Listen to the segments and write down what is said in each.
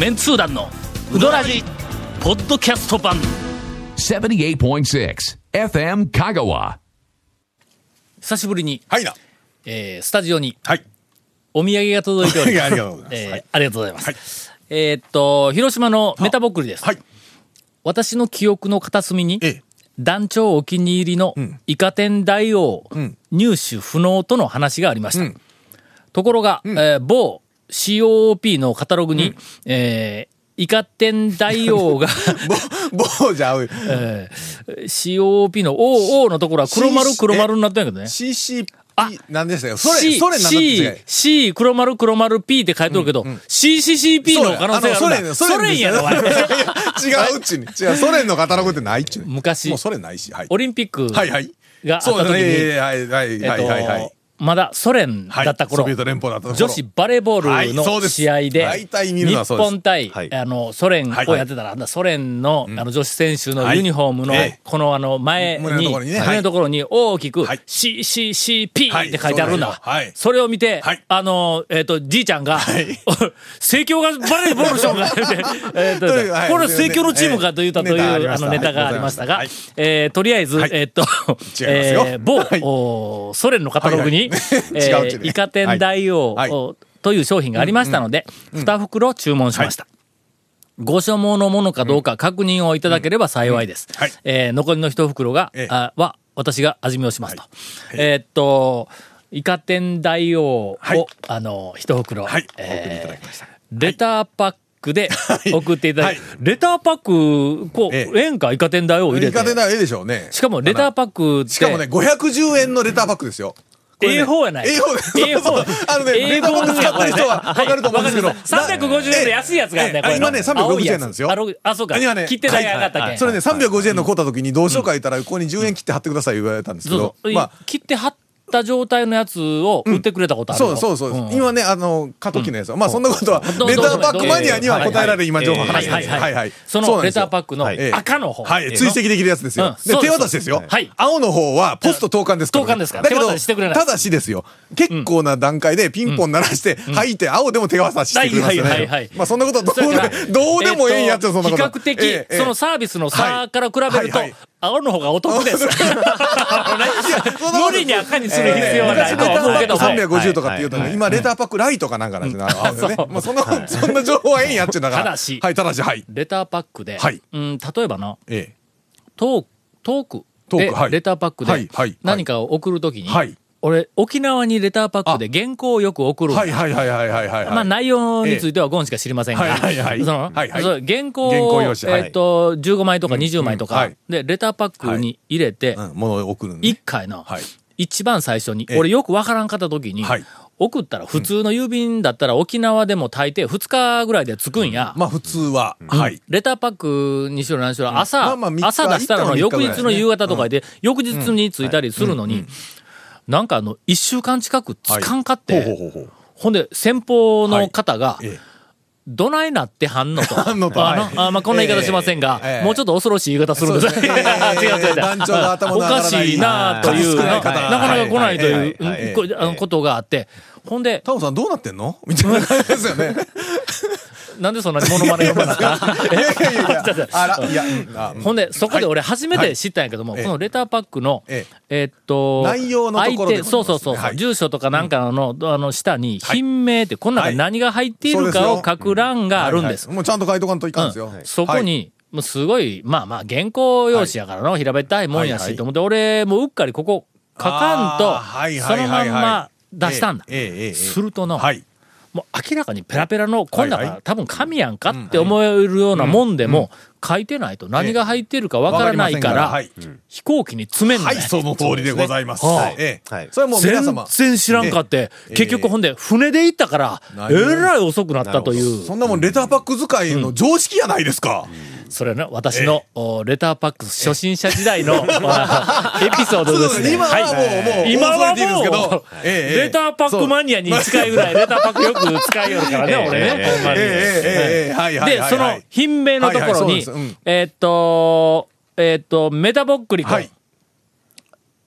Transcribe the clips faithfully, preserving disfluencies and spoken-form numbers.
メンツー団のウドラジポッドキャスト版ななじゅうはちてんろく エフエム 香川。 久しぶりに、 はいな。 えースタジオにはい。 お土産が届いております。 ありがとうございますえーはいありがとうございます。 はいえーっと、広島のメタボックリです。 はい。 私の記憶の片隅に、 ええ。 団長お気に入りのイカ天大王、 ん入手不能との話がありました。 うんところが、えー某 シーオーオーピー のカタログに、えーイカ天大王が、 ぼ、ぼじゃう。 えー シーオーオーピー の オーオー のところは黒丸 C- 黒丸になってんやけどね。 シーシーピー。 あなんでしたよ。それ、 C、 それなんだって違 C う。、 C、黒丸黒丸 P って書いてるけど、シーシーシーピー の可能性があるんだ。 そうやあのソ連ソ連やろ、お前違ううちに。違う、ソ連のカタログってないっちゅうね。 昔もうソ連ないし。はい。 オリンピックはいはい。 があったそう時に、 ですね。はいはいはいえっはいはいはいと、まだソ連だった頃、 はいソビエト連邦だった頃女子バレーボールはいそうのです試合で、 大体見る日のはそうです本対、 はいあの、ソ連をやってたら、ソ連の、あの女子選手のユニフォームの、 はいこのあの前に、 胸のところにねはい胸のところに大きく、 はいシーシーシーピー って書いてあるんだ。 はいそうですよはいそれを見て、 はいあの、えっ、と、じいちゃんが、 い盛況がバレーボールしようかって、えっと、 はいこれは盛況のチームかと言ったという、 ネタありましたあのネタがありましたが、 はいえーとりあえず、 はいえっ、と、 違いますよえー某、 はいおソ連のカタログに、 はいはいえー違ううちねイカ天大王、 はいおという商品がありましたので、に袋注文しました。ご所望のものかどうか確認をいただければ幸いです。 うんはいえー残りの一袋が、 ええあは、私が味見をしますと。 はいえーっと、イカ天大王を、 はいあの、一袋、 はいえーお送りいただきましたレターパックで送っていただいて、 はいレターパック、こう、 ええええんか、イカ天大王入れて。 イカ天大王ええでしょうね。 しかも、レターパックって、 しかもね、ごひゃくじゅうえんのレターパックですよ。これねエーフォー やない。 エーフォー ですエーフォーあのね、レターパック使ってる人は分かると思うんですけど。 はいわかりましたさんびゃくごじゅうえんで安いやつがあるね、これのええ今ね、さんびゃくろくじゅうえんなんですよ。 青いやつあ、そうか。 今ね切手代が上がったけん。 それね、さんびゃくごじゅうえんの買った時にどうしようか言ったら、ここにじゅうえん切って貼ってください言われたんですけどそうそ。う。 まあ、 切って貼った状態のやつを売ってくれたことあるよそうそうそう。 ん今ね、あの、過渡期のやつは。まあ、そんなことは、 どうレターパックマニアには答えられる今情報は話してます。 いはいはい。 はい。 そのレターパックのええ赤の方。 はい、追跡できるやつですよ。で、手うんそうです渡しですよ。 はい青の方はポスト投函ですからね。 投函ですからだけど、 手渡ししてくれないただしですよ。結構な段階でピンポン鳴らして、はいって青でも手渡ししてくれますよはいはいはいはいね。まあ、そんなことはどうそれからで、どうでもええんやつよ、そんなこと。 比較的、 ええええそのサービスの差から比べると、 はいはいはい青の方がお得です。あのねそんなこと無理に赤にする必要はないと思うけども。 さんびゃくごじゅうとかって言うとね、今レターパックライトかなんかなんですよね。青でね。まあ、そんな、そんな情報はええんやっちゅうだから。 ただしはい、ただし、はい。 レターパックで、 はいうん、例えばな、 ええ。 トーク、トークで、 トークはいレターパックではいはい何かを送るときに、 はい俺、沖縄にレターパックで原稿をよく送るんだ。 はいはいはいはいはいはい。 まあ内容についてはゴンしか知りませんが、 はいはいはいその、 はいはいそう原稿原を稿用紙はいえっと、じゅうごまいとかにじゅうまいとか、 うんはいで、レターパックに入れて、 うん、物を送るんで一回の、 はい一番最初に、 ええ俺よくわからんかった時に、 はい送ったら普通の郵便だったら沖縄でも大抵ふつかぐらいで着くんや。 まあ普通は、はい。 レターパックにしろ何しろ朝、 まあまあみっか朝出したらの翌一家のみっかぐらいね日の夕方とかで、翌日に着いたりするのに、なんかあの、一週間近くつかんかって、 ほうほうほうほう。 ほんで、先方の方が、 ええどないなってはんのと。 はんのとあの、 はいあまあ、こんな言い方しませんが、 ええもうちょっと恐ろしい言い方するんです。 そうですね違う違う違う。 団長が頭のお上がらないかしいなという、 はいななかなか来ないというはいはいうんこあのことがあって、ほんで、 タモさんどうなってんのみたいな感じですよね。 なんでそんなにモノマネ読まなかったいやいやいやいや。あら、いや、うんあうんほんで、そこで俺初めて知ったんやけども、 はいこのレターパックの、 ええーっと、 内容のところで相手、そうそうそう、 はい住所とかなんかの、あの、下に、 はい品名って、この中に何が入っているかを書く欄があるんです。 はいはいもうちゃんと書いとかんといかんですよ。 うんそこに、もうすごい、まあまあ、原稿用紙やからの、平べったいもんやはいはいし、と思って、俺、もううっかりここ書かんと、 あーはいそのはいはいはいまんま出したんだ。 ええええええするとの、 はい。 もう明らかにペラペラの、こんながはいはい多分紙やんかって思えるようなもんでも、書いてないと何が入ってるかわからないから、 わかりませんから飛行機に詰めんのねはい、その通りでございます。 はあええはいそれはもう皆全様。 然知らんかって、 ええ結局ほんで船で行ったから、 何えらい遅くなったという。 そんなもんレターパック使いの常識やないですか。 それね、私の、おレターパック初心者時代の、あエピソードですね。 今はもう、もう、 今は放送でいいですけもうど、、ええええレターパックマニアに近いぐらい、レターパックよく使いよるからね、俺ね、ほんまに。 ええええええはいはいはいで、 はいその品名のところはいはいにそうですうん、 えーっと、えーっと、メタボックリとはい、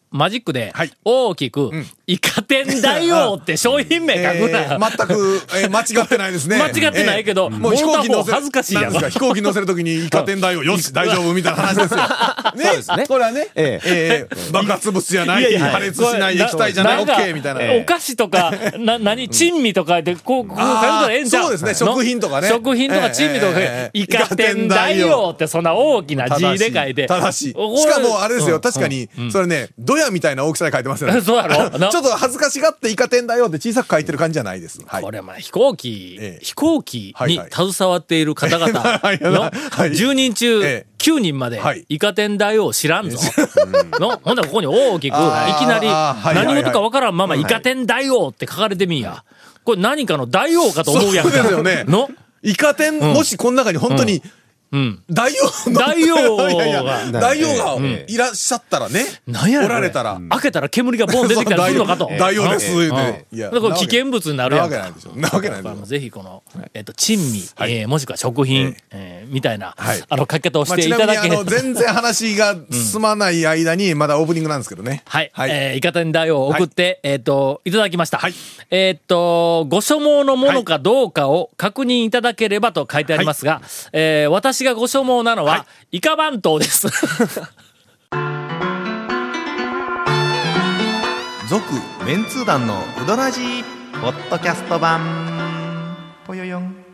マジックではい、 大きく、イカ天大王って商品名書くな。 えー全く、えー間違ってないですね。 間違ってないけど、 えーもう飛行機乗せ恥ずかしいやんなんですか飛行機乗せるときにイカ天大王、よし、大丈夫みたいな話ですよ。ね。 そうですねこれはね、 ええー爆発物じゃない、 いやいや破裂しない、液体じゃない、オッケーみたいな。 お菓子とか、な、何、珍味とかで、こう、こう、書いたらええんちゃうそうですね食品とかね食品とか珍味とかええ、 イカ天大王ってそんな大きな字で書いて。 正しい。 これしかもあれですよ、確かに、それね、ドヤみたいな大きさで書いてますよね。 そうやろなちょっと恥ずかしがってイカ天だよって小さく書いてる感じじゃないです。はい。 これまあ飛行機、 ええ飛行機にはいはい携わっている方々 はいのはいじゅうにん中ええきゅうにんまではいイカ天大王知らんぞ。のほんならここに大きくいきあーなりあーはいはいはい何事かわからんままイカ天大王って書かれてみんや。これ何かの大王かと思うやんか。 そうですよねのイカ天、もしこの中に本当に、 うん。 大王の大王がいやいや大王がえいらっしゃったらね、 何やねんおられたら、 開けたら煙がボン出てきたりするのかと。 大王です、言ううんて。いやだから危険物になるやんか。 なわけないでしょ。なわけないでしょ。 ぜひこの、えっと、珍味、えーもしくは食品、えーみたいな、 はいあの、書き方をしまあ、 ていちなみに、 ただけあの、全然話が進まない間に、まだオープニングなんですけどね。 はい。 はい。 えー、イカ天大王を送って、えっ、と、いただきました。 はいえっ、と、ご所望のものかどうかを確認いただければと書いてありますが、えー私がご所望なのは、 はイカ番頭です。 続メンツー団のウドラジーポッドキャスト版ぽよよん。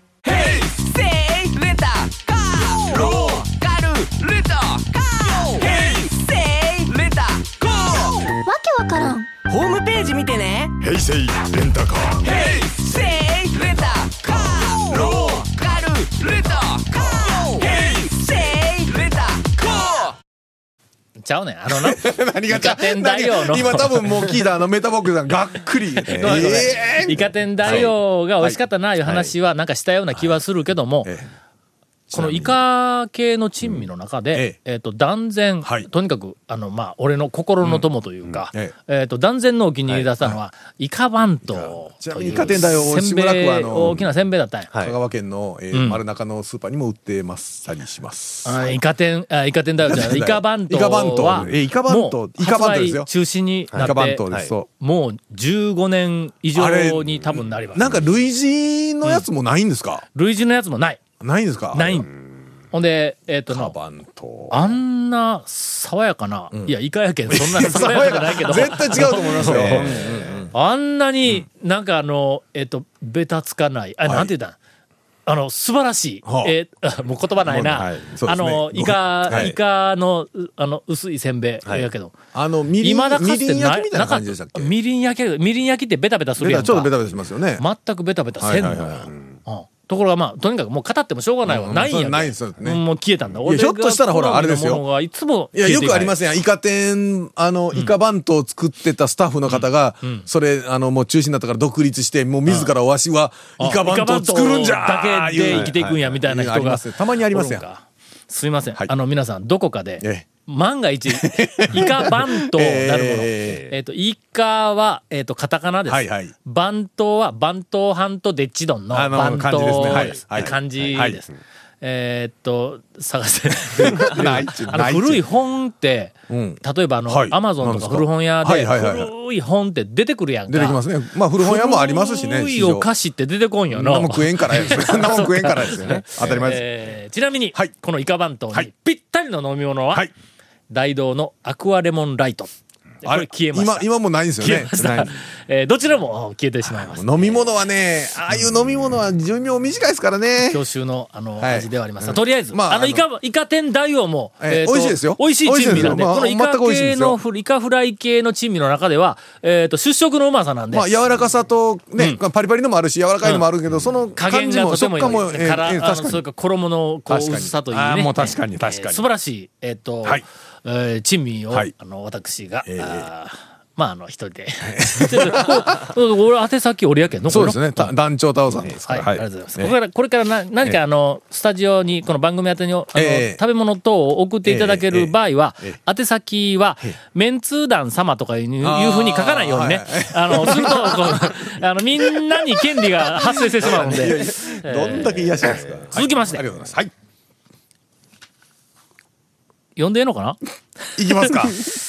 わけわからん。 ホームページ見てね。 平成レンタカー。 ヘイセイレンタカーローカルレンタカーヘイセイレンタカーちゃうねん。あのな。 何がイカ天大王の。 今多分もう聞いたあのメタボックスさんがっくり。えごめんごめんえーイカ天大王が美味しかったな、いう話はなんかしたような気はするけども、 ええこのイカ系の珍味の中で、 ええっと、断然、 はいとにかく、あの、まあ、俺の心の友というか、 うんええっと、断然のお気に入り出したのは、イカ番頭ちなみにイというカ天大王せんべしばらくはあい、 の大きなせんべいだったんや。 はい香川県の、えうんー丸中のスーパーにも売ってますたりします。 あイカ天、あイカ天大王じゃない、イカ番頭イカ番頭は、 えイカ番頭もうイカ番頭ですよ発売中止になイカ番って、 頭です。そもうじゅうごねん以あれ上に多分なりまう。 す。 なんか類似のやつもないんですか、 類似のやつもない。 ないんですかない。ほんで、えっとイカの、 番頭。 あんな爽やかな、いや、イカやけん、そんな爽やかじゃないけど。 絶対違うと思いますよ。 あんなになんかあの、えっと、べたつかない。あ、 はいなんて言ったんあの、素晴らしい。 はあえーもう言葉ないな。 もうはいそうですねあの、イカ、 はいイカの、うあの、薄いせんべいやけど。 あの、みりん、 今だかつみりてなん焼きみたいなかっ感じでしたっけみりん焼き、みりん焼きってベタベタするベやんか。 タちょっとベタベタしますよね。 全くベタベタせんのよ。 はいはいはいはいうんところがまあ、とにかくもう語ってもしょうがないわ。 うんないんやけどないですよねもう消えたんだ。 いやひょっとしたらほらあれですよ俺が好みのものがいつもいや、よくありますすやん。イカ天、あの、イカ番頭を作ってたスタッフの方が、それ、あの、もう中止になったから独立して、もう自らわしは、イカ番頭を作るんじゃーだけで生きていくんやみたいな人がありますよたまにありますやんおるんかすいません、 はいあの皆さんどこかで、 ええ万が一イカ番頭なるもの、 ええっ、とイカはえっ、とカタカナです、 はいはい番頭は番頭飯とデッチ丼のあの番漢字ですねはい頭ですはい漢字はいです、えーっと探してないっちゅうあのないっちゅう古い本って、 うん例えばあの、 はいアマゾンとか何ですか古本屋で、 はいはいはいはい古い本って出てくるやんか。 出てきますね。まあ、古本屋もありますしね。 古い市場お菓子って出てこんよそんなな。 もん食えんからやです。そんなもん食えんからですよね。当たり前です。 えーちなみに、 はいこのイカ番頭はいにぴったりの飲み物は、 はい大道のアクアレモンライト。これ消えました。 今、今もないんですよね消えま。した。えーどちらも消えてしまいました。 飲み物はね、ああいう飲み物は寿命短いですからね。 教習の、あの、 はい味ではありますが、とりあえず、 まああの、イカ、イカ天大王も、 えーと美味しいですよ美味しい珍味なんで、 美味しいですよまあこのイカ全く美味しいですよ系のフ、イカフライ系の珍味の中では、えっ、と、出色のうまさなんで、 まあ、柔らかさとね、パリパリのもあるし、柔らかいのもあるけど、その加減感じも、 がとてもいい。 食感も、えーから、 えーあの、それ確かに。 から衣のこう確かに薄さというね。 あーもう確かに確かにえー素晴らしい、えっ、と、 はいえー珍味を、 はいあの、私が、 えーあーまあ、あの、一人で。これ俺、宛先俺やけんのそうですね。 これた団長太郎さんですはい、 から。 ありがとうございます。これから、これからな何かあの、スタジオに、この番組宛てに、あの、 ええ食べ物等を送っていただける場合は、 ええ宛先は、メンツー団様とかいういうあーふうに書かないようにねはい。 あの、すると、こうあの、みんなに権利が発生してしまうんで。 どんだけ癒しですか。 続きましてはいありがとうございます。はい。 読んでええのかないきますか。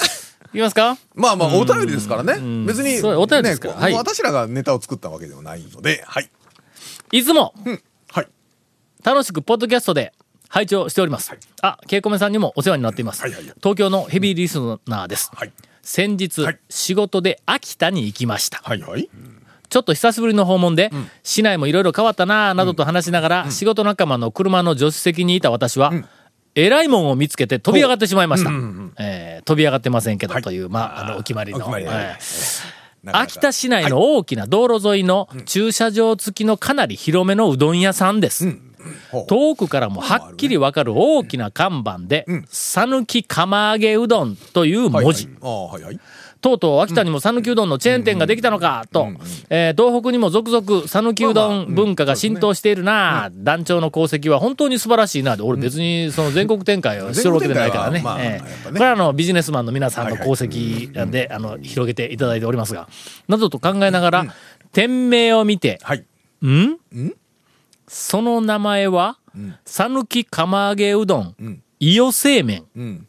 いきますか。 まあまあ、お便りですからね。別に、 そうお便りですからねはい私らがネタを作ったわけではないので、はい。 いつも、 はい。 楽しくポッドキャストで拝聴しております。あ、ケイコメさんにもお世話になっています。 はいはいはい東京のヘビーリスナーです。 はい。 先日、 はい仕事で秋田に行きました。 はいはい。 ちょっと久しぶりの訪問で、市内もいろいろ変わったなぁなどと話しながら、仕事仲間の車の助手席にいた私は、えらいもんを見つけて飛び上がってしまいました。えー飛び上がってませんけど、という、まあ、あの、お決まりの。 お決まりねはいなかなか秋田市内の大きな道路沿いの駐車場付きのかなり広めのうどん屋さんです。 ほう遠くからもはっきりわかる大きな看板で、さぬき釜揚げうどんという文字。 ああ、はいはい。 とうとう秋田にも讃岐うどんのチェーン店ができたのかと、えー東北にも続々讃岐うどん文化が浸透しているな、団長の功績は本当に素晴らしいなで、俺別にその全国展開をしてるわけじゃないからね。 全国展開はまあえーやっぱねこれはあのビジネスマンの皆さんの功績なんで、あの広げていただいておりますが、などと考えながら、店名を見て、 はい。 んその名前は、讃岐釜揚げうどん、伊予製麺。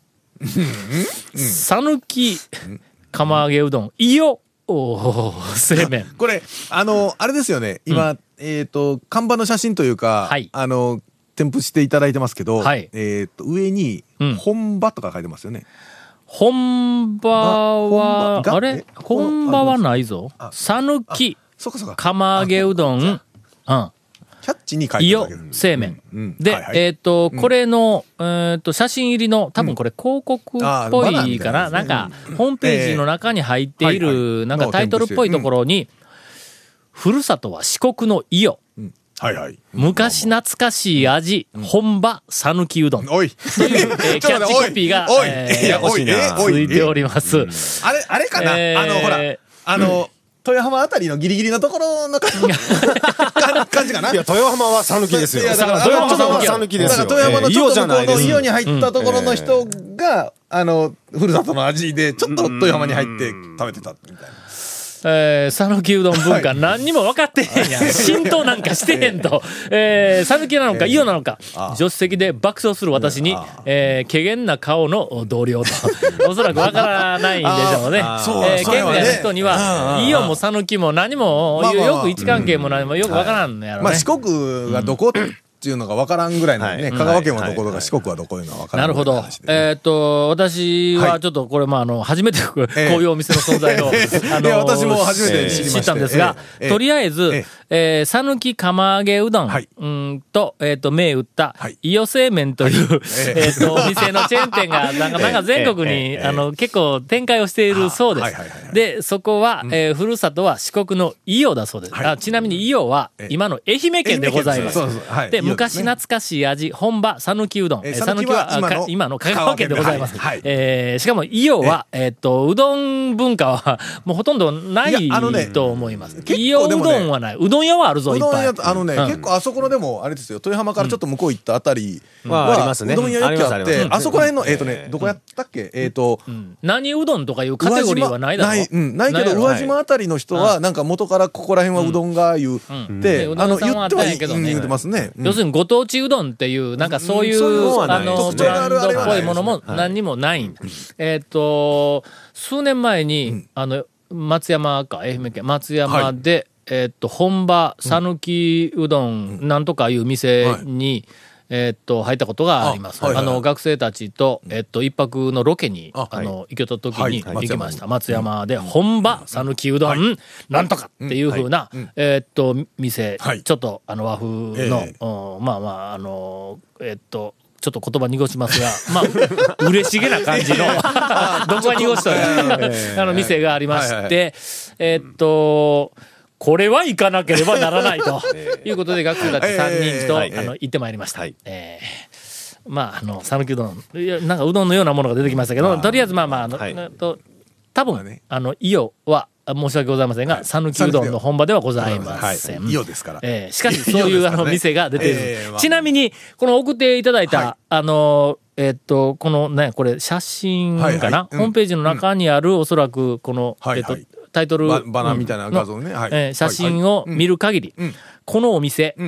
讃岐釜揚げうどん、伊予製麺。 これ、あの、あれですよね。今、えっと、看板の写真というか、 はいあの、添付していただいてますけど、 はいえっと、上にうん、 本場とか書いてますよね。 本場は、 本場があれえ本場はないぞ。 あ讃岐そうかそうか。 釜揚げうどん、うん。 キャッチに書い伊予てるだけです。 製麺。 うんうんで、 はいはいえっ、と、これの、えっ、と、写真入りの、多分これ広告っあーぽバナーみたいかな。 いなやつねなんか、ホームページの中に入っていええはいる、 はいなんかタイトルっぽいところに、ふるさとは四国の伊予。 うんはいはい。 昔懐かしい味、本場讃岐うどん。 おい。 という、えーキャッチコピーが、 おい、 えーいや、おい、え、おい、 ついております。 あれ、あれかな、 えーあの、ほら、あの、豊浜あたりのギリギリのところの感感じかな。 いや、豊浜は讃岐ですよ。 いやだから豊浜はちょっと讃岐ですよ。 だから豊浜のちょっと向こうの伊予にい。 入ったところの人が、あの、ふるさとの味で、ちょっと豊浜に入って食べてたみたいな。 えー、讃岐うどん文化何にも分かってへんやん。浸透なんかしてへんと。えー、讃岐なのか、伊予なのか、助手席で爆笑する私に、えー、怪げな顔の同僚と。おそらく分からないんでしょうね。 そうえー、 それはね県外の人には、伊予も讃岐も何も、 まあまあよく位置関係も何もよく分からんのやろね。 まあ四国がどこっていうのが分からんぐらいのね、香川県はどころか四国はどこいうのは分からなんるほどぐらいの話。でね。 えーっと、私ははいちょっとこれ、まあ、あの、初めてこうええいうお店の存在を、あいや私も初めて知りまして知ったんですが、 ええとりあえずえ、 えー、讃岐釜揚げうどん、 はいうんと、えーっと、銘打ったはい、 伊予製麺という、 ええーっと、お店のチェーン店が、なんか、なんか全国に、あの、結構展開をしているそうですはいはいはいは。いで、そこは、えーふるさとは四国の伊予だそうです。 はいあちなみに伊予は、今の愛媛県でございます。 愛媛県そうそうはいで、 伊予ですね昔懐かしい味、本場、讃岐うどん。 えーえー讃岐は讃岐は今のあか今の香川県でございます。 はいはいえーしかも、伊予は、えーっと、うどん文化は、もうほとんどないいやあのねと思います。 結構伊予うでもねどんはない。うどん屋はあるぞ、いっぱいうどん屋。あのね、 うん結構あそこのでも、あれですよ、豊浜からちょっと向こう行ったあたりまあは、 ありますねうどん屋よくあって、 ありますありますあそこら辺の、えっとね、どこやったっけえっと、 何うどんとかいうカテゴリーはないだろない、うん、ないけど、 やろ宇和島あたりの人は、なんか元からここら辺はうどんが言うて、 うんあの、 うどん屋さんはあったん言ってはいやけどねうん言ってますね。うん要するにご当地うどんっていう、なんかそういう、 うんそういうのはないあの、 特ブランドっぽいものもはい何にもないんだ。えっと、数年前に、あの、松山か、愛媛県、松山で、えっと、本場、讃岐うどん、なんとかいう店に、えっと、入ったことがあります。 あはいはいはいあの、学生たちと、えっと、一泊のロケに、 ああの、行けた時はいに行きました。松山で、本場、讃岐うどん、なんとかっていうふうな、えっと、店はい、 ちょっと、あの、和風のええ、 うんまあまあ、あの、えっと、ちょっと言葉濁しますが、まあ、嬉しげな感じの、どこが濁しとるあの、店がありまはいはいはして、えっと、これは行かなければならないということで、学生たちさんにんと、 ええあの、行ってまいりました。 はいえーまあ、あの、讃岐うどん、いやなんかうどんのようなものが出てきましたけど、とりあえずまあまあ、あの、 はいえっと多分、 まあねあの、伊予は、申し訳ございませんが、讃岐うどんの本場ではございません。 伊予ですから。 えーしかし、そういう、あの、店が出ている。 ええまあちなみに、この送っていただいた、 はいあの、えっと、このね、これ、写真かな、 はいはいうんホームページの中にある、おそらく、この、えっとはいはい、 タイトル、 ババナーみたいな画像ねうんはいえー写真を見る限り、 うんこのお店、 ん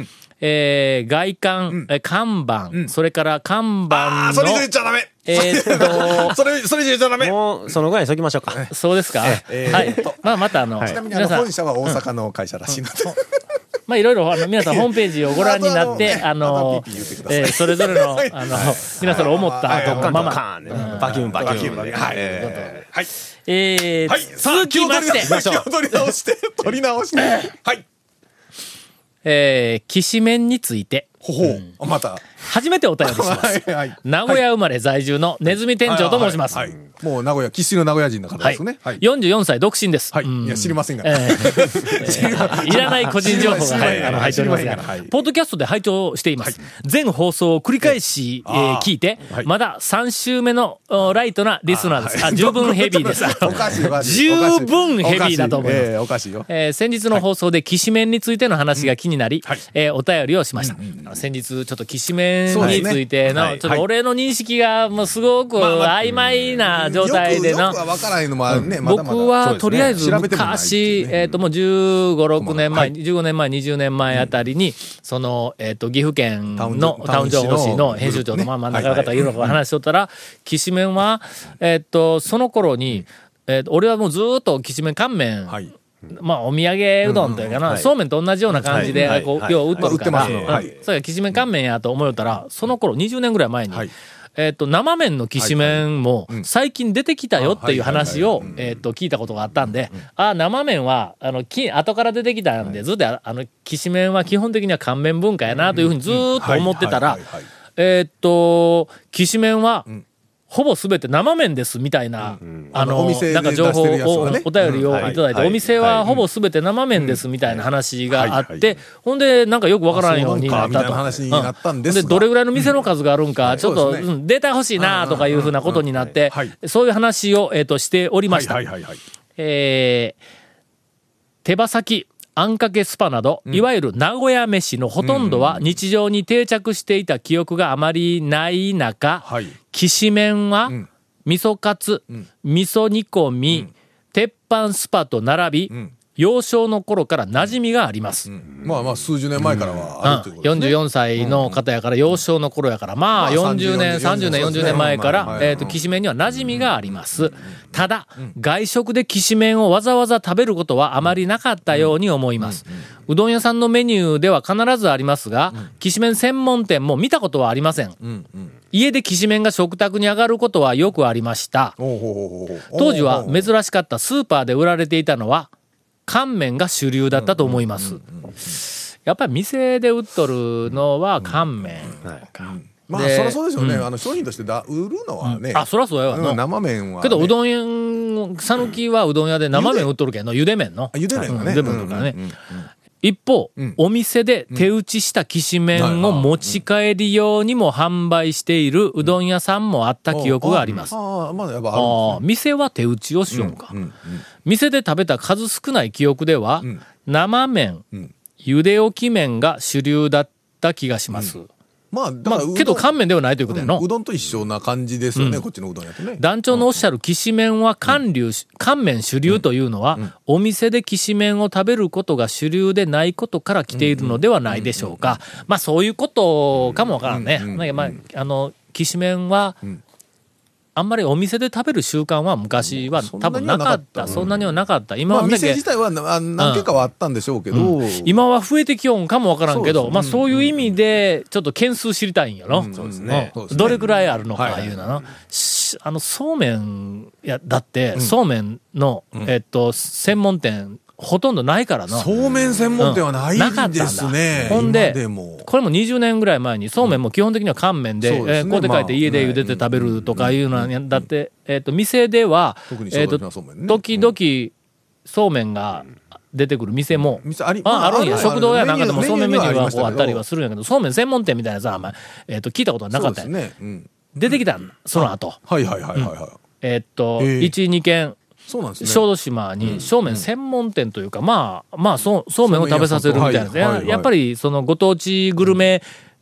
えー、外観、え看板、それから看板の、 あー、それ言っちゃダメ。 えーっと、 それ、それ言っちゃダメ。 もう、そのぐらいにしときましょうか。 そうですか。 えーはい。まあ、またあの、 ちなみにあの、 皆さん本、社は大阪の会社らしいので。 まあ、いろいろ、あの、皆さんホームページをご覧になって、ああとあののまたピーピー言ってくださいえーそれぞれの、あの、皆さんの思ったはいまま、 カーンでバキュンバキュンで。 はい。 えはい。 えーはい。さあ、 続きまして、 気を取り直して、取り直して。はい。 えー、きしめんについて、 ほほう。あまた。 初めてお便りします。 はいはい。 名古屋生まれ在住のネズミ店長と申します。 はいはいはいもう名古屋、生粋の名古屋人の方はいですね。はい。 よんじゅうよんさい独身です。 はい。 うんいや、知りませんが。 えーいらない個人情報が、はい、あの入っておりますが知りませんからはい、 ポッドキャストで拝聴しています。全放送を繰り返し、えーあー聞いて、 はいまださん週目のおライトなリスナーです。あ、十分ヘビーです。 おかしいおかしい。 十分ヘビーだと思います。 ええ、おかしいよ。 えー先日の放送できしめんについての話が気になり、 はいえーお便りをしました。あの先日ちょっときしめんにそうですねついての、 はいちょっと俺の認識がもうすごく曖昧な状態でのよく、よくは分からないのもあるね。まだまだ僕はとりあえず調べてもないってい昔、 うねえっともうじゅうご、ろくねんまえ、 はいじゅうごねんまえ、にじゅうねんまえあたりに、その、えっと、岐阜県タウンのタウン情報誌の編集長のまあ真ん中の方がいろいろ話しとったら、きしめんは、えっと、その頃に、えっと、俺はもうずーっときしめん乾麺、 はい。 まあ、お土産うどんというかな、そうめんと同じような感じで、 はいこう、 はいよう売っとるから、 まあ売ってますのはいうんそれがきしめん乾麺やと思うたら、その頃にじゅうねんぐらい前に、 はいえっと、生麺のきしめんも最近出てきたよっていう話を、えっと、聞いたことがあったんで、ああ、生麺は、あの、き、後から出てきたんで、ずっと、あの、きしめんは基本的には乾麺文化やなというふうにずーっと思ってたらはいはいはいはい、 えっと、きしめんは、ほぼすべて生麺ですみたいな、ああのの、 お店でなんか情報出してるやつを、 はねお便りをいただいて、 うんお店はほぼすべて生麺ですみたいな話があって、ほんで、なんかよくわからんようになったあそうなんかみたいなと。 話になったんですがうで、どれぐらいの店の数があるんか、ちょっと、 そうですねうんデータ欲しいなとかいうふうなことになってはいは、 そういう話を、えっと、しておりましたはい。はいはいはい。 えー手羽先、あんかけスパなど、いわゆる名古屋飯のほとんどは日常に定着していた記憶があまりない中、 はいきしめんは、 ん味噌カツ、味噌煮込み、鉄板スパと並び、 ん幼少の頃から馴染みがあります。 まあまあ、数十年前からはあるということよんじゅうですね。 よんさいの方やから、幼少の頃やから、まあ、 まあよんじゅうねん、 さんじゅうさんじゅうねん、よんじゅうねんまえからは、いえっと、きしめんには馴染みがあります。ただ、外食できしめんをわざわざ食べることはあまりなかったように思います。うどん屋さんのメニューでは必ずありますが、きしめん専門店も見たことはありません。家できしめんが食卓に上がることはよくありました。 ほうほうほうほうほう当時はおう珍しかったスーパーで売られていたのは乾麺が主流だったと思います。やっぱり店で売っとるのは乾麺か。 まあ、 でそりゃそうでしょうね。あの、商品としてだ売るのはね。 あ、そらそうやわうんな。 生麺はね。 けどうどん屋、讃岐はうどん屋で生麺売っとるけんの、ゆで麺の。 あゆで麺がねうんゆで麺とかねうんうんうん。 一方、 んお店で手打ちしたきしめんを持ち帰り用にも販売しているうどん屋さんもあった記憶があります。 ああ、まだやっぱあるんああ、店は手打ちをしようか。店で食べた数少ない記憶では、生麺、茹で置き麺が主流だった気がします。 まあ、だからうどん、 まあけど乾麺ではないということやの。 うんうどんと一緒な感じですよね、こっちのうどんやとね。 団長のおっしゃるきしめんは乾流、乾麺主流というのは、お店できしめんを食べることが主流でないことから来ているのではないでしょうか。まあそういうことかもわからんね。なんかまあ、あの、きしめんは、あんまりお店で食べる習慣は昔は多分なかった。そんなにはなかった。今まあ、 はだけ店自体はなあ何軒かはあったんでしょうけど。 今は増えてきよんかもわからんけど、 そうですまあそういう意味で、ちょっと件数知りたいんやろ。そうですねそうですねどれくらいあるのかはいいうのな。しあの、そうめん、や、だって、そうめんの、えっと、専門店、ほとんどないからな。 そうめん専門店はないなかったんだんですね。 ほんで今でもこれもにじゅうねんぐらい前に、そうめんも基本的には乾麺で、 そうですねえーこうで書いてまあ家で茹でて食べるとかいうのは、だって、えっと、店では、 特にえっと小豆のそうめんね、 時々、そうめんが出てくる店も、 店ありあ、あるんや。 まあ食堂やなんかでもメニューそうめんメニューはこうメニューはありましたけどあったりはするんやけど、そうめん専門店みたいなさ、まあえっと、聞いたことはなかったんやそうですね。うん出てきたんその後。 はいはいはいはいはい。 えっと、 へえいち、に軒、 そうなんですね。 小豆島にそうめん専門店というか、まあ、まあ、そう、そうめんを食べさせるみたいな、 そうめん屋さんとはいはいはいやっぱりそのご当地グルメ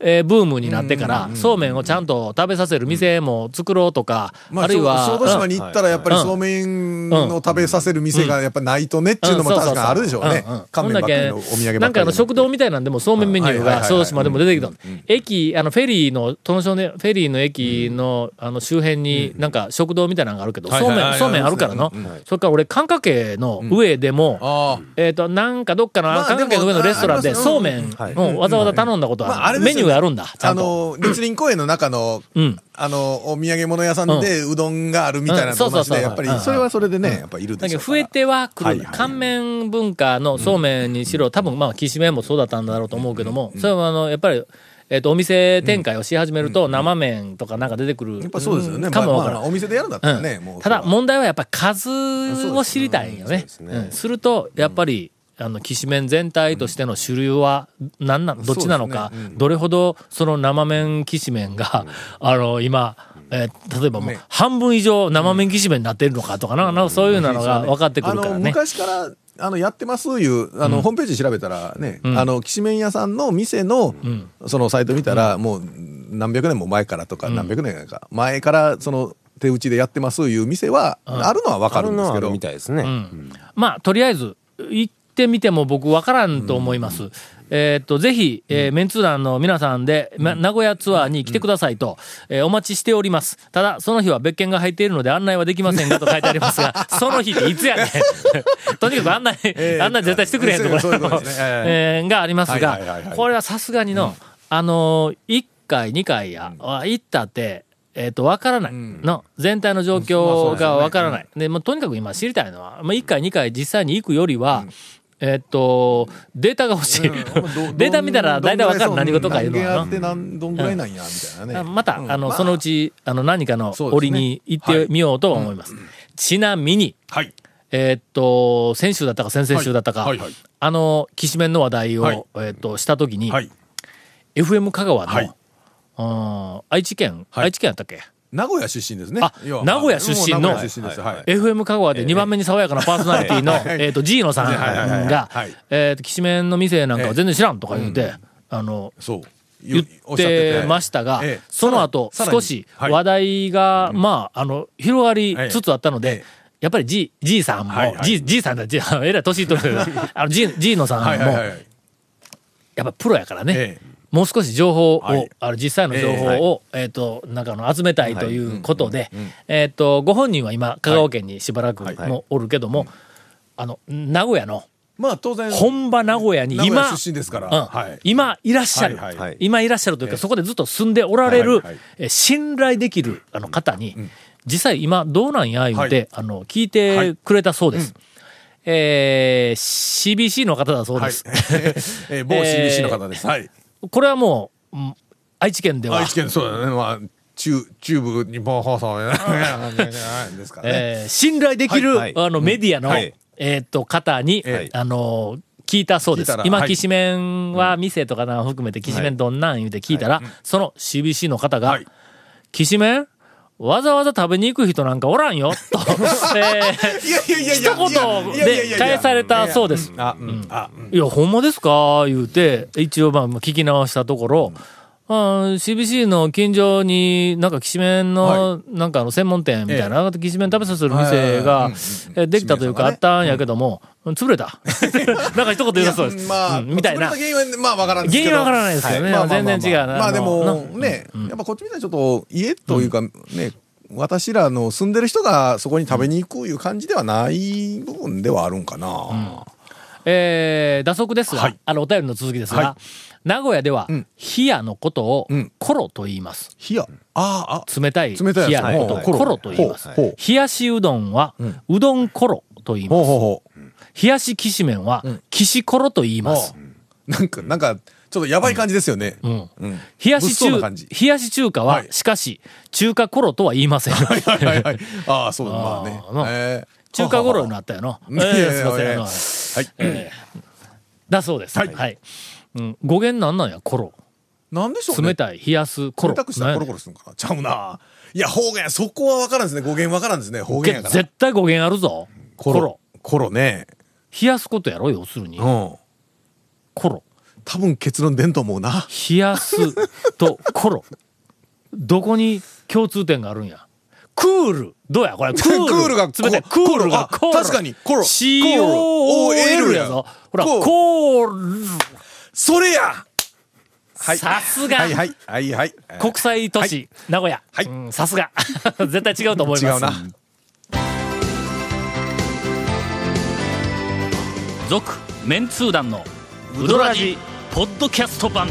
えー、ブームになってから、そうめんをちゃんと食べさせる店も作ろうとか、 まあ、 あるいは、 小豆島に行ったらやっぱりそうめんを食べさせる店がやっぱないとねっていうのも確かにあるでしょうね。乾麺ばっかりのお土産ばっかり。 なんかあの食堂みたいなんでもそうめんメニューが小豆島でも出てきた。駅、あのフェリーの、殿庄ね、フェリーの駅のあの周辺になんか食堂みたいなのがあるけど、そうめん、そうめんあるからの。それから俺、寒霞渓の上でも、えっと、なんかどっかの寒霞渓の上のレストランでそうめんをわざわざ頼んだことは、メニューがあるんだ。 あの、栗林公園の中の、あの、お土産物屋さんでうどんがあるみたいなと同じで、やっぱり、それはそれでね、やっぱいるでしょうから。 増えてはくる。乾麺文化のそうめんにしろ、多分まあ、きしめんもそうだったんだろうと思うけども、それはあの、やっぱり、えっと、お店展開をし始めると、生麺とかなんか出てくる。 やっぱそうですよね。 かもわからん。 お店でやるんだったらね、もう。 ただ、問題はやっぱり数を知りたいんよね。すると、やっぱり、あの、きしめん全体としての主流は何な、どっちなのか、どれほどその生麺きしめんが、あの、今、えー、例えばもう半分以上生麺きしめんになってるのかとかな、なんかそういうのが分かってくるからね。 あの昔からあのやってますいうあの、うん、ホームページ調べたらね、うん、あのきしめん屋さんの店の、うん、そのサイト見たら、うん、もう何百年も前からとか、うん、何百年か前からその手打ちでやってますいう店は、うん、あるのは分かるんですけど、 みたいですね。うんうん、まあとりあえず行ってみても僕分からんと思います。うんえー、っと、ぜひ、えー、メンツ団の皆さんで、ま、名古屋ツアーに来てくださいと、えー、お待ちしております。ただ、その日は別件が入っているので案内はできませんがと書いてありますが、その日っていつやねん。とにかく案内、えー、案内絶対してくれへんところ、えー、がありますが、これはさすがにの、うん、あのー、いっかい、にかいや、うん、行ったって、えっ、ー、と、わからないの、うん、全体の状況がわからない。で、もうとにかく今知りたいのは、まあ、いっかい、にかい実際に行くよりは、うんえっと、データが欲しい。うん、データ見たら大体わかる何事かいうのは。 何って何、どんぐらいなんや、みたいなね。 また、あの、まあ、そのうち、あの、何かの折に行ってみようと思います。はい、ちなみに、はい、えっと、先週だったか先々週だったか、はいはいはい、あの、きしめんの話題を、はい、えっと、したときに、はい、エフエム 香川の、はい、愛知県、はい、愛知県やったっけ名古屋出身ですね。 あ、名古屋出身の エフエム 香川でにばんめに爽やかなパーソナリティのえっとジーノさんがえっときしめんの店なんかは全然知らんとか言うてあの言ってましたが、その後少し話題がまああの広がりつつあったので。やっぱり G、G さんも、G、G さんだって、えらい年いっとるけど、あの G、G のさんも、やっぱプロやからね。もう少し情報を、はい、あの実際の情報を、えーはい、えっ、ー、と、なんかの集めたいということで、はいうんうんうん、えっ、ー、と、ご本人は今、香川県にしばらくもおるけども、はいはい、あの、名古屋の、 まあ当然、 本場名古屋に今、 出身ですから、 うんはい、今いらっしゃる、はいはい、今いらっしゃるというか、そこでずっと住んでおられる、はいはいはい、信頼できるあの方に、うん、実際今どうなんや言うて、はい、あの、聞いてくれたそうです。はいうんえー、シービーシー の方だそうです。はいえー、某 シービーシー の方です。はい。 これはもう、愛知県では。 愛知県、そうだね。まあ、中、中部日本放送ですからね。 えー、信頼できる、はい、あの、メディアの、はい、えー、っと、方に、はい、あの、聞いたそうです。今、はい、きしめんは店とかな含めて、きしめんどんなん言うて聞いたら、はい、その シービーシー の方が、はい、きしめんわざわざ食べに行く人なんかおらんよ、と、えー、一言で返されたそうです。あ、うん。いや、ほんまですか言うて、一応まあ聞き直したところ、うん、シービーシー の近所になんかきしめんの、なんかあの専門店みたいな、きしめん食べさせる店ができたというかあったんやけども、潰れた。なんか一言言うたそうです。 まあ、うん、みたいな。原因はまあわからないですけど。 原因はわからないですけどね。はい、全然違うな。 まあでもね、うん、やっぱこっちみたいにちょっと家というかね、うん、私らの住んでる人がそこに食べに行くいう感じではない部分ではあるんかな。うん、 えー、打足ですが、はい、あのお便りの続きですが、はい、名古屋では、冷やのことをコロと言います。 冷や、ああ、冷たい冷やのことをコロと言います。冷やしうどんは、うどんコロと言います。冷やしきしめんは、きしコロと言います。 なんか、なんか、ちょっとやばい感じですよね。 うんうん、冷やし中、冷やし中華は、はい、しかし、中華コロとは言いません。はいはいはい、はい。ああ、そうだ、まあね。えー、中華コロになったよな。えー、すいません。はい。えー、だそうです。はい。はいうん、語源なんなんや、コロ。 なんでしょうね。 冷たい、冷やす、コロ。 冷たくしたらコロコロするのかな。ちゃうな。いや、方言、そこは分からんですね。語源分からんですね。方言やから。 絶対語源あるぞ。コロ。 コロね。 冷やすことやろ、要するに。うん。コロ。 多分結論出んと思うな。 冷やすとコロ。どこに共通点があるんや。クール。どうやこれ。クール。 クールが冷たい。クールがコール。 確かにコロ。 シーオーエル やぞ。ほら、コール。 それや。はい。 さすが。 はいはいはいはい。 国際都市、名古屋。 はいうん、さすが。絶対違うと思います。 違うな。 続メンツー団のウドラジポッドキャスト版。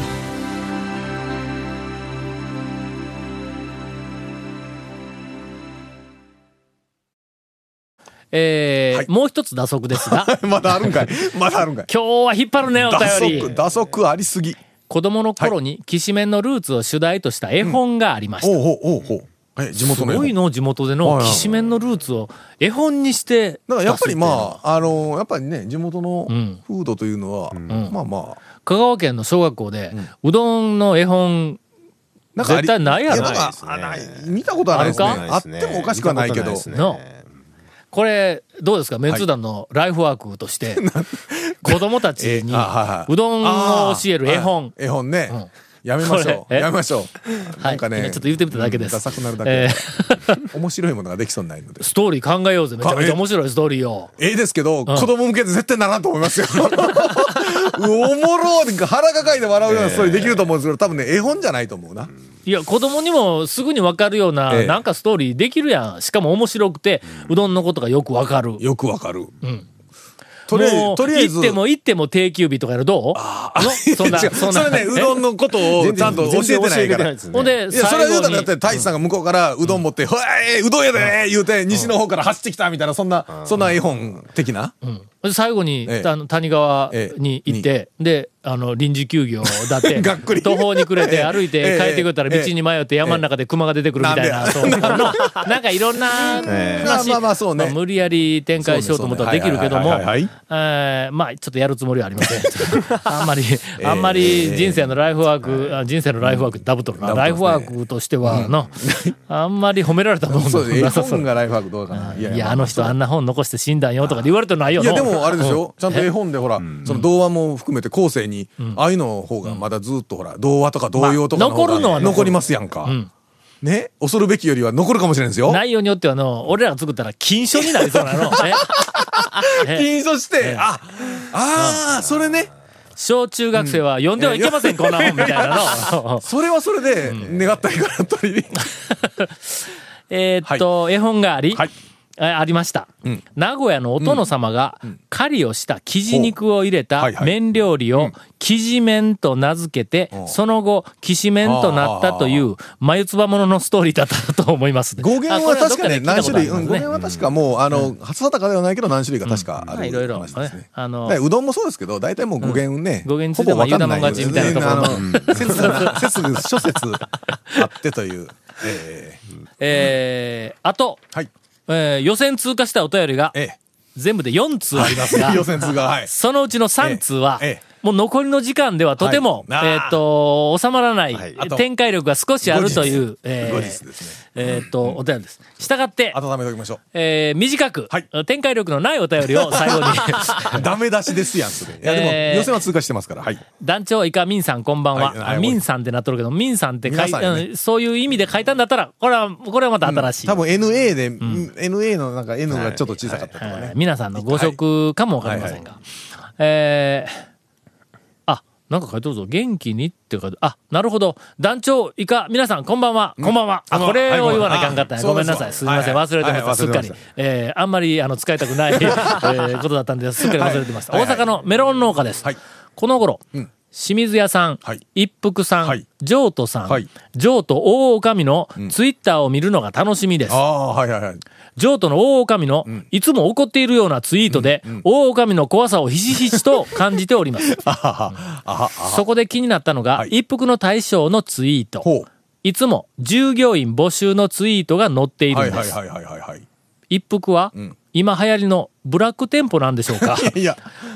えーはいもう一つ打足ですがまだあるんかい。まだあるんかい。 今日は引っ張るねお打便り。 足打足ありすぎ。 子供の頃にきしめんのルーツを主題とした絵本がありました。 おうおうおうおう。え地元の絵本。 すごいの地元でのはいはいはいきしめんのルーツを絵本にしてだからやっぱりまあああのやっぱりね地元のん風土というのは、まあまあ香川県の小学校で、うどんの絵本なんかあり絶対ないやろいなんかあない見たことはないですね。 あるあってもおかしくはないけど。 のこれどうですかメンツー団のライフワークとして、子供たちにえあはいはいうどんを教える絵本、 はい絵本ね、 んやめましょうこれえやめましょう。 はないんかね今ちょっと言ってみただけです。 ダサくなるだけ、 え面白いものができそうにないのでストーリー考えようぜ。めちゃめちゃ面白いストーリーよ。 ええですけど、子供向けで絶対ならんと思いますよ。おもろー腹抱えて笑うようなストーリーできると思うんですけど、多分ね絵本じゃないと思うな。 いや子供にもすぐに分かるような、 ええなんかストーリーできるやん。しかも面白くて、うどんのことがよく分かる。 よくわかる。 んとりあえもうずとりあえず行っても行っても定休日とかやるどうのそんな違うそんなそれねうどんのことをちゃんと教えてないから。 ほんでいや、それは言うたらだ最後にって、太一さんが向こうからうどん持って、ほえーうどんやで言うて、西の方から走ってきたみたいな、そんな、そんな絵本的な。 で最後に、 ええあの谷川に行って、であの臨時休業だってがっくり途方に暮れてええ歩いてええ帰ってくれたら道に迷って山の中で熊が出てくるみたいな、 なんでそういうのなんかいろんな話、 まあまあそうねまあ無理やり展開しようと思ったらできるけどもそうねそうねはいはいえーまあちょっとやるつもりはありません。あんまりあんまり人生のライフワーク、あ人生のライフワークダブっとるな、ライフワークとしてはの、あんまり褒められたもんそう絵なさそう本がライフワークどうかな。 いやあの人あんな本残して死んだんよとかで言われてないよの。 いやでもあれですよ、ちゃんと絵本でほら、その童話も含めて後世に、ああいうの方がまだずっとほら童話とか童謡とかの方まあ残るのは残るが残りますやんか。ね、恐るべきよりは残るかもしれないですよ。 内容によってはの俺らが作ったら禁書になりそうなの。ええ禁書して、あ、ああ、それね。 小中学生は読んではいけません、こんな本みたいなの。 それはそれで願ったりから取り。 えーっと、絵本があり、 はいあありました、 ん名古屋のお殿様が狩りをした生地肉を入れたほうはいはい麺料理を生地麺と名付けて、その後きしめんとなったという眉唾もののストーリーだったと思います。 語源は確かね、何種類、うん、語ね源は確かもう、あの、初定かではないけど何種類か確かあるまあいろいろ話ですねね。あのだからうどんもそうですけど、大体もう語源ね、 語源についてはほぼわかん言うたもん勝ちみたいなところも全然あの説が、説が、諸説あってという。ええー、あと、 ーはい。 えー予選通過したお便りがえ全部でよん通ありますが、 予選通が、はい。 そのうちのさん通は、 ええええもう残りの時間ではとても、 はいえーっと、収まらない、 はいあと展開力が少しあるという、えー後日ですね。 えーっと、お便りです。したがって、 温めておきましょえー短く、 はい展開力のないお便りを最後に、 う。ダメ出しですやん、それ。いや、でえーも予選は通過してますから、はい。 団長以下ミンさんこんばんは。 はいはいあミンさんってなっとるけど、ミンさんって書い、 皆さんよねうんそういう意味で書いたんだったら、これは、これはまた新しい。 多分 エヌエー で、エヌエー のなんか N がちょっと小さかったとかはいね。 皆さんのご職かもわかりませんが。えーあ、なんか書いてるぞ。元気にって書いてあ、なるほど。団長以下、皆さん、こんばんは。こんばんは。あ、これを言わなきゃんかったね。 はいごめんなさい。すみません。 はい忘れてました。 はいすっかり忘れてまし。 えーあんまり、あの、使いたくない、えーことだったんです。すっかり忘れてました。 はい大阪のメロン農家ですはい。 この頃、清水屋さんはい、 一服さんはい、 譲渡さんはい、 譲渡大女将のツイッターを見るのが楽しみですあ。あ、はいはいはい。 譲渡の大女将のいつも怒っているようなツイートで、大女将の怖さをひしひしと感じております。 あはは、あは、 そこで気になったのが、 はい一服の大将のツイート。 ほう。 いつも従業員募集のツイートが載っているはいんです。 はいはいはいはいはい。 一服は、 ん今流行りのブラック店舗なんでしょうか。 いや、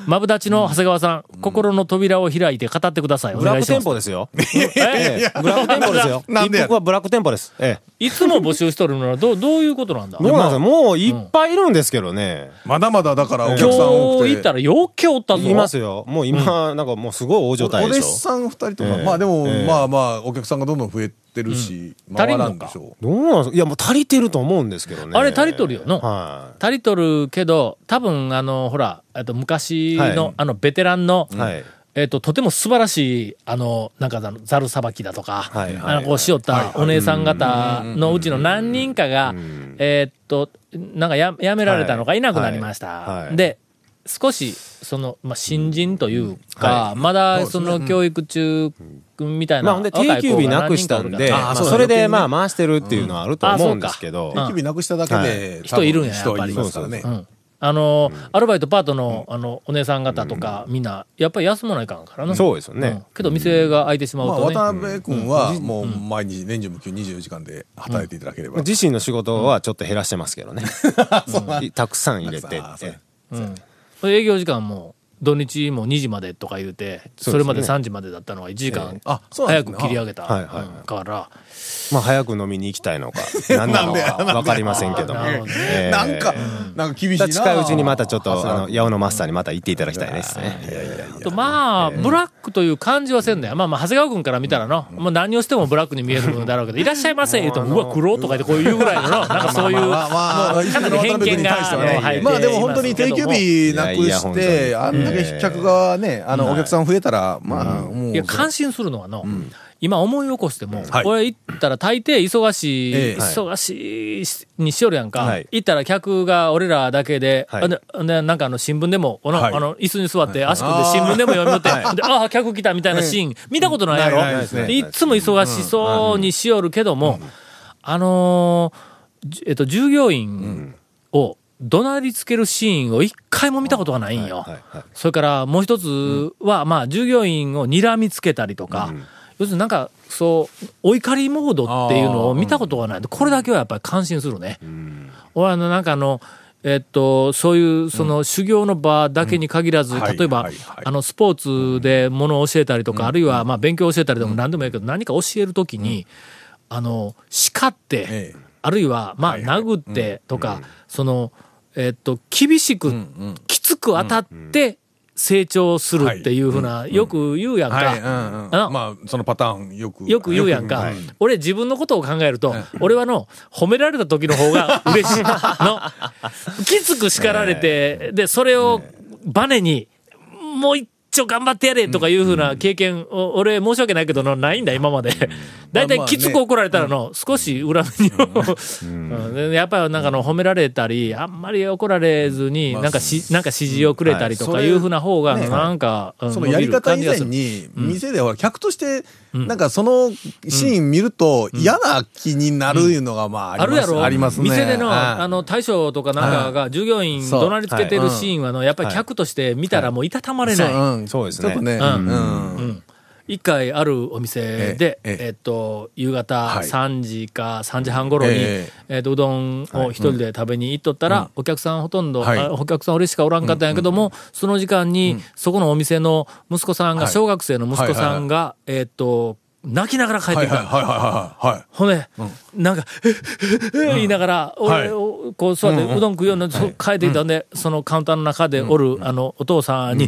マブダチの長谷川さん、心の扉を開いて語ってください。おブラック願いします。 テンポですよ。 えええブラックテンポですよ。 なんでや一服はブラックテンポです。ええ。 いつも募集しとるのはどう、どういうことなんだ。 どうなんですか、もういっぱいいるんですけどね。 まだまだだからお今客さん多くて。 日行ったらよけおったぞ。 いますよ。もう今、なんかもうすごい大所帯お弟でしょ。 子さんふたりとか、 ええまあでも、 ええまあまあ、お客さんがどんどん増えてるし、回らんでしょう。 どうなんですか、いやもう足りてると思うんですけどね。 あれ足りとるよの。 は足りとるけど、多分あの、ほら、えっと昔の、 はいあの、ベテランの、 い。はい。 えっと、とても素晴らしい、あの、なんかあの、ザルさばきだとか、 はいあの、こうしよったお姉さん方のうちの何人かが、えっと、なんかや、やめられたのかいなくなりました。 はいはいで、少し、その、まあ、新人というか、まだ、その、教育中、みたいな。 まあほんで定休日なくしたんで、まあそれでまあ回してるっていうのはあると思うんですけど。 定休日なくしただけで、 人いるんややっぱり人いますからね。 うんあの、アルバイトパートの、あの、お姉さん方とか、みんな、やっぱり休まないかんからな。 そうですよねうん。けど、店が開いてしまうまあ、 とね。 渡辺君は、もう毎日、年中無休にじゅうよじかんで働いていただければ。 自身の仕事はちょっと減らしてますけどね。うんたくさん入れてあそうって。 うん営業時間も、土日もにじまでとか言うて、 そうですねそれまでさんじまでだったのがいちじかんあそうなん早ですねく切り上げたはいはいうんから、 まあ早く飲みに行きたいのか、何なのかわかりませんけども。 なるほどねえーなんか、なんか厳しいな。 近いうちにまたちょっと、あの、八尾のマスターにまた行っていただきたいですね。 とまあ、ブラックという感じはせんだよ。まあまあ、長谷川君から見たらの、もう何をしてもブラックに見えるだろうけど、いらっしゃいませ言うと、うわ、苦労とか言ってこういうぐらいのの、なんかそういう、もうまあまあまあかなり偏見が、あの入ってまあでも本当に定休日なくいやいやし本当にて、あんだけ客がね、あの、お客さん増えたら、まあ、もう。 いや、感心するのはの、今思い起こしても、 はい俺行ったら大抵忙しい、 ええ忙しいにしよるやんか、 はい行ったら客が俺らだけで、 はいででなんかあの新聞でも、この、 はいあの椅子に座って足組んで新聞でも読みよって、でああ、客来たみたいなシーン、見たことないやろ、 ないないですねでいっつも忙しそうにしよるけども、あのーじえっと、従業員を怒鳴りつけるシーンを一回も見たことがないんよ。 はいはいそれからもう一つは、まあ、従業員を睨みつけたりとか、要するになんか、そう、お怒りモードっていうのを見たことがない。これだけはやっぱり感心するね。俺はあの、なんかあの、えっと、そういう、その、修行の場だけに限らず、 うんはい例えば、 はいはいあの、スポーツでものを教えたりとか、あるいは、まあ、勉強を教えたりでも何でもいいけど、何か教えるときに、あの、叱って、 ええあるいは、まあ、 はいはい殴ってとか、その、えっと、厳しく、きつく当たって、成長するっていうふうな、よく言うやんか。 はい、うんうん。 あのまあ、そのパターンよく。 よく言うやんか。 はい俺自分のことを考えると、俺はの、褒められた時の方が嬉しい。の、きつく叱られて、で、それをバネに、もう一丁頑張ってやれとかいうふうな経験を、俺申し訳ないけどの、ないんだ、今まで。だいたいきつく怒られたらの、少し裏目にも、うんでやっぱりなんかの褒められたり、あんまり怒られずに、なんかし、なんか指示をくれたりとかいうふうな方が、 ねなんか、うんそのやり方以前伸びる感じがするに、店では客として、なんかそのシーン見ると嫌な気になるいうのが、まあ、 あるやろありますね。 店での、 はいあの、大将とかなんかが従業員そう怒鳴りつけてるシーンはの、やっぱり客として見たらもういたたまれない。 そううんそうですねちょっとね。 んうん一回あるお店で、 ええええっと、夕方はいさんじかさんじはん頃に、 ええっと、うどんを一人で食べに行っとったら、お客さんほとんど、 はいあお客さん俺しかおらんかったんやけども、その時間に、そこのお店の息子さんが、 はい小学生の息子さんが、えっと、泣きながら帰ってきた。 はいはいはいはいはい。 ほんで、なんか、言いながら、俺、 はこう座ってうどん食うようにそう帰っていたんで、そのカウンターの中でおる、あの、お父さんに、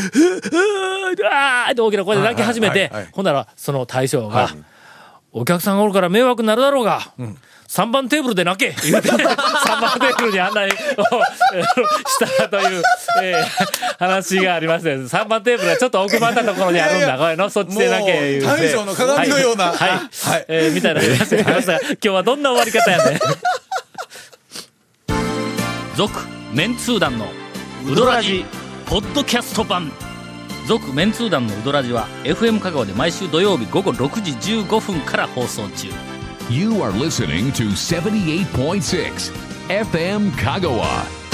あーって大きな声で泣き始めてはいはいはいはい、 ほんなら、その大将が、お客さんがおるから迷惑になるだろうが、さんばんテーブルで泣け言うて、さんばんテーブルに案内をえーしたという、えー話がありまして、さんばんテーブルはちょっと奥まったところにあるんだ。これの、そっちで泣け言うて。 もう大将の鏡のようなはい。はいはいえーみたいな話がありましたが、今日はどんな終わり方やねん。続、メンツー団のウドラジ、ポッドキャスト版。続、メンツー団のウドラジは、エフエム 香川で毎週土曜日午後ろくじじゅうごふんから放送中。 You are listening to seventy-eight point six F M Kagawa.